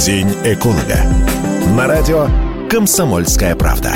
День эколога. На радио «Комсомольская правда».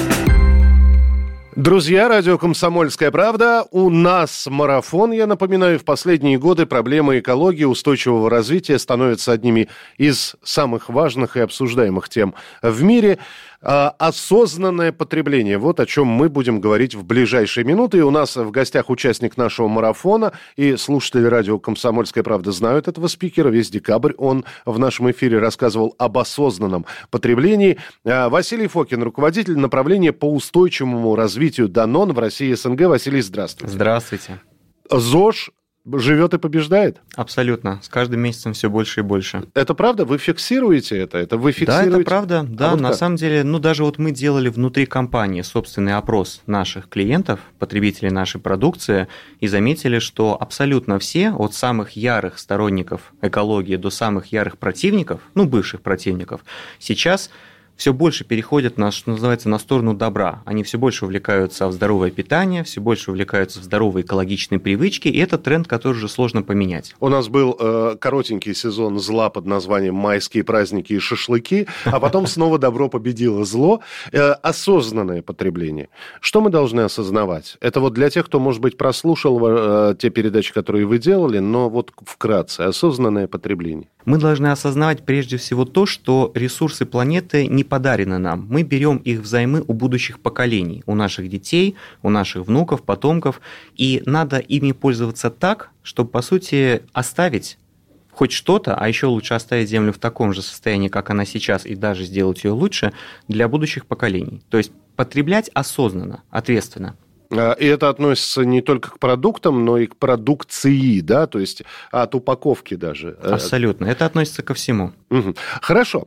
Друзья, радио «Комсомольская правда». У нас марафон. Я напоминаю, в последние годы проблемы экологии, устойчивого развития становятся одними из самых важных и обсуждаемых тем в мире. Осознанное потребление. Вот о чем мы будем говорить в ближайшие минуты. И у нас в гостях участник нашего марафона. И слушатели радио «Комсомольская правда» знают этого спикера. Весь декабрь он в нашем эфире рассказывал об осознанном потреблении. Василий Фокин, руководитель направления по устойчивому развитию Danone в России и СНГ. Василий, здравствуйте. Здравствуйте. ЗОЖ живет и побеждает? Абсолютно. С каждым месяцем все больше и больше. Это правда? Вы фиксируете это? Вы фиксируете? Да, это правда. Да, вот на как? самом деле, даже вот мы делали внутри компании собственный опрос наших клиентов, потребителей нашей продукции, и заметили, что абсолютно все, от самых ярых сторонников экологии до самых ярых противников, бывших противников, сейчас все больше переходят что называется, на сторону добра. Они все больше увлекаются в здоровое питание, все больше увлекаются в здоровые экологичные привычки, и это тренд, который уже сложно поменять. У нас был коротенький сезон зла под названием «Майские праздники и шашлыки», а потом снова добро победило зло. Осознанное потребление. Что мы должны осознавать? Это вот для тех, кто, может быть, прослушал те передачи, которые вы делали, но вот вкратце. Осознанное потребление. Мы должны осознавать прежде всего то, что ресурсы планеты не подарены нам. Мы берем их взаймы у будущих поколений, у наших детей, у наших внуков, потомков, и надо ими пользоваться так, чтобы, по сути, оставить хоть что-то, а еще лучше оставить Землю в таком же состоянии, как она сейчас, и даже сделать ее лучше для будущих поколений. То есть потреблять осознанно, ответственно. И это относится не только к продуктам, но и к продукции, да, то есть от упаковки даже. Абсолютно, это относится ко всему. Угу. Хорошо.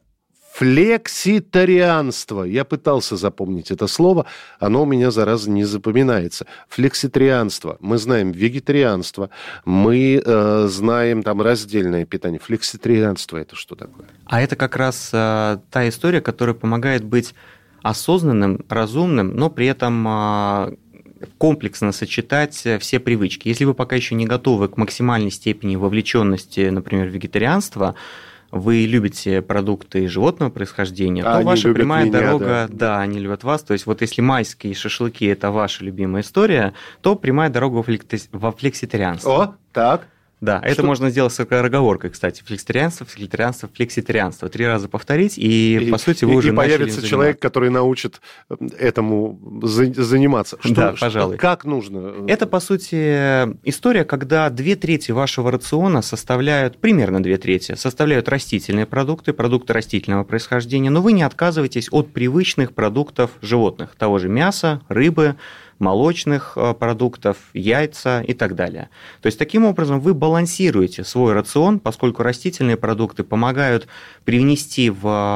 Флекситарианство. Я пытался запомнить это слово, оно у меня, зараза, не запоминается. Флекситарианство. Мы знаем вегетарианство, мы знаем там раздельное питание. Флекситарианство – это что такое? А это как раз та история, которая помогает быть осознанным, разумным, но при этом комплексно сочетать все привычки. Если вы пока еще не готовы к максимальной степени вовлеченности, например, вегетарианства, вы любите продукты животного происхождения, то ваша прямая дорога, да, они любят вас. То есть вот если майские шашлыки – это ваша любимая история, то прямая дорога во флекситарианство. О, так. Да, это можно сделать с скороговоркой, кстати. Флекситарианство, флекситарианство. 3 раза повторить, и по сути, вы уже начали появится человек, который научит этому заниматься. Да, пожалуй. Как нужно? Это, по сути, история, когда 2/3 вашего рациона составляют, примерно 2/3, составляют растительные продукты, продукты растительного происхождения, но вы не отказываетесь от привычных продуктов животных, того же мяса, рыбы, молочных продуктов, яйца и так далее. То есть, таким образом, вы балансируете свой рацион, поскольку растительные продукты помогают привнести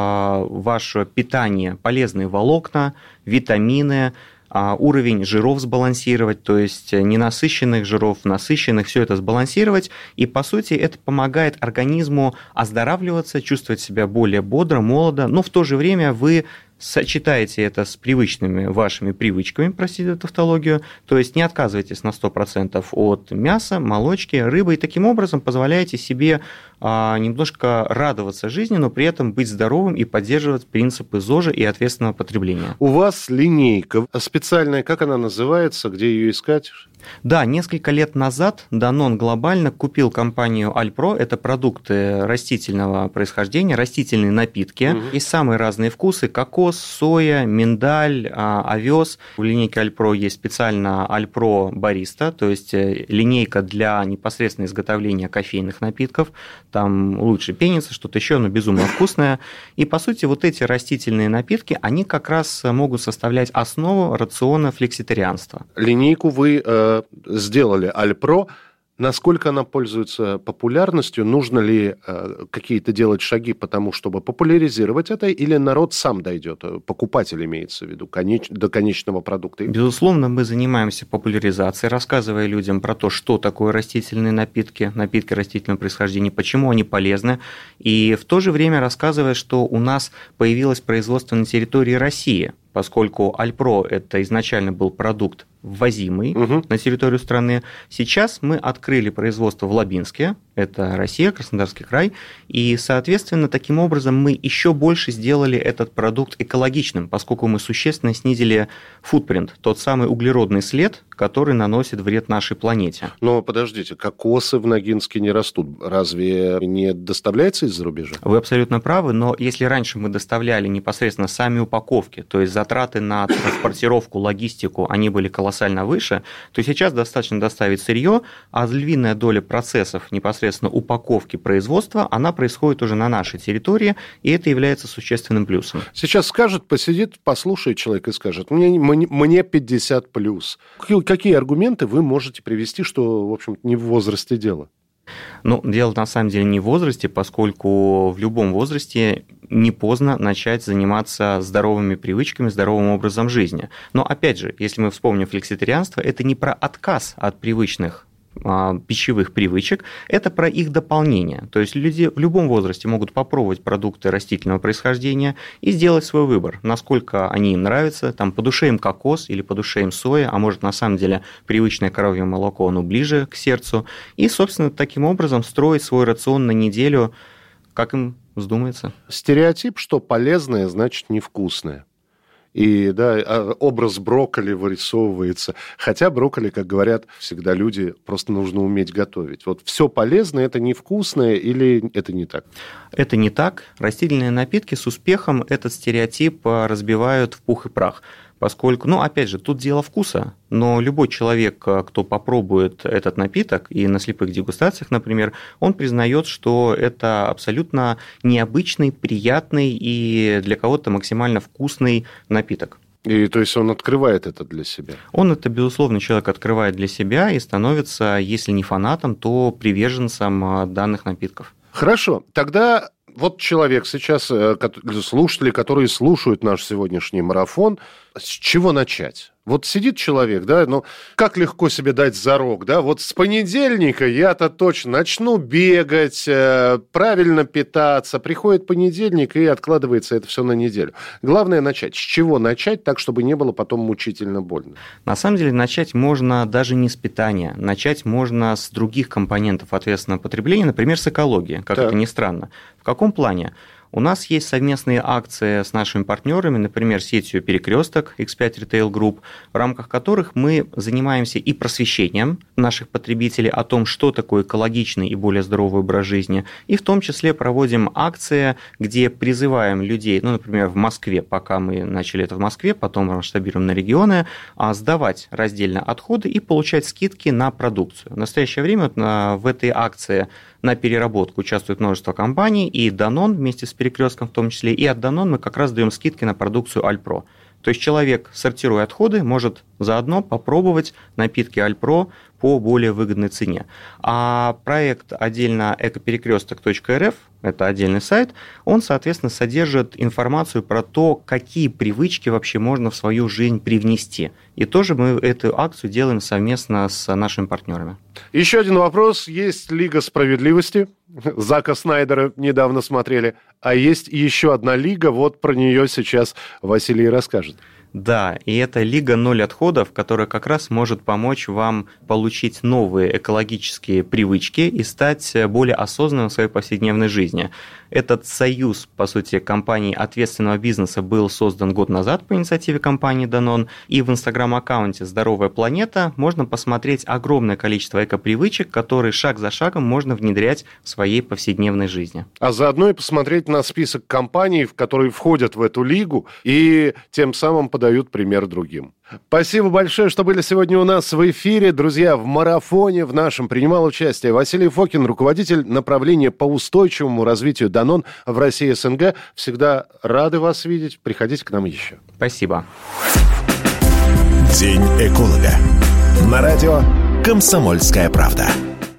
в ваше питание полезные волокна, витамины, уровень жиров сбалансировать, то есть ненасыщенных жиров, насыщенных, все это сбалансировать, и, по сути, это помогает организму оздоравливаться, чувствовать себя более бодро, молодо, но в то же время вы сочетаете это с привычными вашими привычками, простите за тавтологию, то есть не отказывайтесь на 100% от мяса, молочки, рыбы, и таким образом позволяете себе немножко радоваться жизни, но при этом быть здоровым и поддерживать принципы ЗОЖа и ответственного потребления. У вас линейка специальная, как она называется, где ее искать? Да, несколько лет назад Danone глобально купил компанию Alpro. Это продукты растительного происхождения, растительные напитки. Есть самые разные вкусы: кокос, соя, миндаль, овес. В линейке Alpro есть специально Alpro Barista, то есть линейка для непосредственно изготовления кофейных напитков. Там лучше пенится, что-то еще, но безумно вкусное. И, по сути, вот эти растительные напитки, они как раз могут составлять основу рациона флекситарианства. Линейку вы сделали Alpro. Насколько она пользуется популярностью? Нужно ли какие-то делать шаги по тому, чтобы популяризировать это, или народ сам дойдет? Покупатель имеется в виду до конечного продукта? Безусловно, мы занимаемся популяризацией, рассказывая людям про то, что такое растительные напитки, напитки растительного происхождения, почему они полезны, и в то же время рассказывая, что у нас появилось производство на территории России, поскольку Alpro – это изначально был продукт ввозимый на территорию страны. Сейчас мы открыли производство в Лабинске, это Россия, Краснодарский край, и, соответственно, таким образом мы еще больше сделали этот продукт экологичным, поскольку мы существенно снизили футпринт, тот самый углеродный след, который наносит вред нашей планете. Но подождите, кокосы в Ногинске не растут. Разве не доставляется из-за рубежа? Вы абсолютно правы, но если раньше мы доставляли непосредственно сами упаковки, то есть затраты на транспортировку, логистику, они были колоссально выше, то сейчас достаточно доставить сырье, а львиная доля процессов непосредственно упаковки производства, она происходит уже на нашей территории, и это является существенным плюсом. Сейчас скажет, посидит, послушает человек и скажет, мне 50+. Какие аргументы вы можете привести, что, в общем-то, не в возрасте дело? Ну, дело на самом деле не в возрасте, поскольку в любом возрасте не поздно начать заниматься здоровыми привычками, здоровым образом жизни. Но, опять же, если мы вспомним флекситарианство, это не про отказ от привычных пищевых привычек, это про их дополнение. То есть люди в любом возрасте могут попробовать продукты растительного происхождения и сделать свой выбор, насколько они им нравятся, там, по душе им кокос или по душе им соя, а может на самом деле привычное коровье молоко, оно ближе к сердцу, и, собственно, таким образом строить свой рацион на неделю, как им вздумается. Стереотип, что полезное, значит невкусное. И да, образ брокколи вырисовывается. Хотя брокколи, как говорят всегда люди, просто нужно уметь готовить. Вот все полезное – это невкусное или это не так? Это не так. Растительные напитки с успехом этот стереотип разбивают в пух и прах. Поскольку, ну, опять же, тут дело вкуса, но любой человек, кто попробует этот напиток, и на слепых дегустациях, например, он признает, что это абсолютно необычный, приятный и для кого-то максимально вкусный напиток. И то есть он открывает это для себя? Он это, безусловно, человек открывает для себя и становится, если не фанатом, то приверженцем данных напитков. Хорошо, тогда... Вот человек сейчас, слушатели, которые слушают наш сегодняшний марафон, с чего начать? Вот сидит человек, да, ну, как легко себе дать зарок, да, вот с понедельника я-то точно начну бегать, правильно питаться, приходит понедельник и откладывается это все на неделю. Главное начать. С чего начать так, чтобы не было потом мучительно больно? На самом деле начать можно даже не с питания, начать можно с других компонентов ответственного потребления, например, с экологии, как это ни странно. В каком плане? У нас есть совместные акции с нашими партнерами, например, сетью «Перекресток» X5 Retail Group, в рамках которых мы занимаемся и просвещением наших потребителей о том, что такое экологичный и более здоровый образ жизни, и в том числе проводим акции, где призываем людей, ну, например, в Москве, пока мы начали это в Москве, потом масштабируем на регионы, сдавать раздельно отходы и получать скидки на продукцию. В настоящее время в этой акции на переработку участвует множество компаний, и Danone вместе с Перекрестком в том числе, и от Danone мы как раз даем скидки на продукцию Альпро. То есть человек, сортируя отходы, может заодно попробовать напитки Альпро по более выгодной цене. А проект отдельно экоперекресток.рф, это отдельный сайт, он, соответственно, содержит информацию про то, какие привычки вообще можно в свою жизнь привнести. И тоже мы эту акцию делаем совместно с нашими партнерами. Еще один вопрос. Есть Лига справедливости. Зака Снайдера недавно смотрели. А есть еще одна лига. Вот про нее сейчас Василий расскажет. Да, и это Лига «Ноль отходов», которая как раз может помочь вам получить новые экологические привычки и стать более осознанным в своей повседневной жизни. Этот союз, по сути, компаний ответственного бизнеса был создан год назад по инициативе компании Danone, и в инстаграм-аккаунте «Здоровая планета» можно посмотреть огромное количество экопривычек, которые шаг за шагом можно внедрять в своей повседневной жизни. А заодно и посмотреть на список компаний, в которые входят в эту лигу, и тем самым подают пример другим. Спасибо большое, что были сегодня у нас в эфире. Друзья, в марафоне в нашем принимал участие Василий Фокин, руководитель направления по устойчивому развитию Danone в России и СНГ. Всегда рады вас видеть. Приходите к нам еще. Спасибо. День эколога. На радио «Комсомольская правда».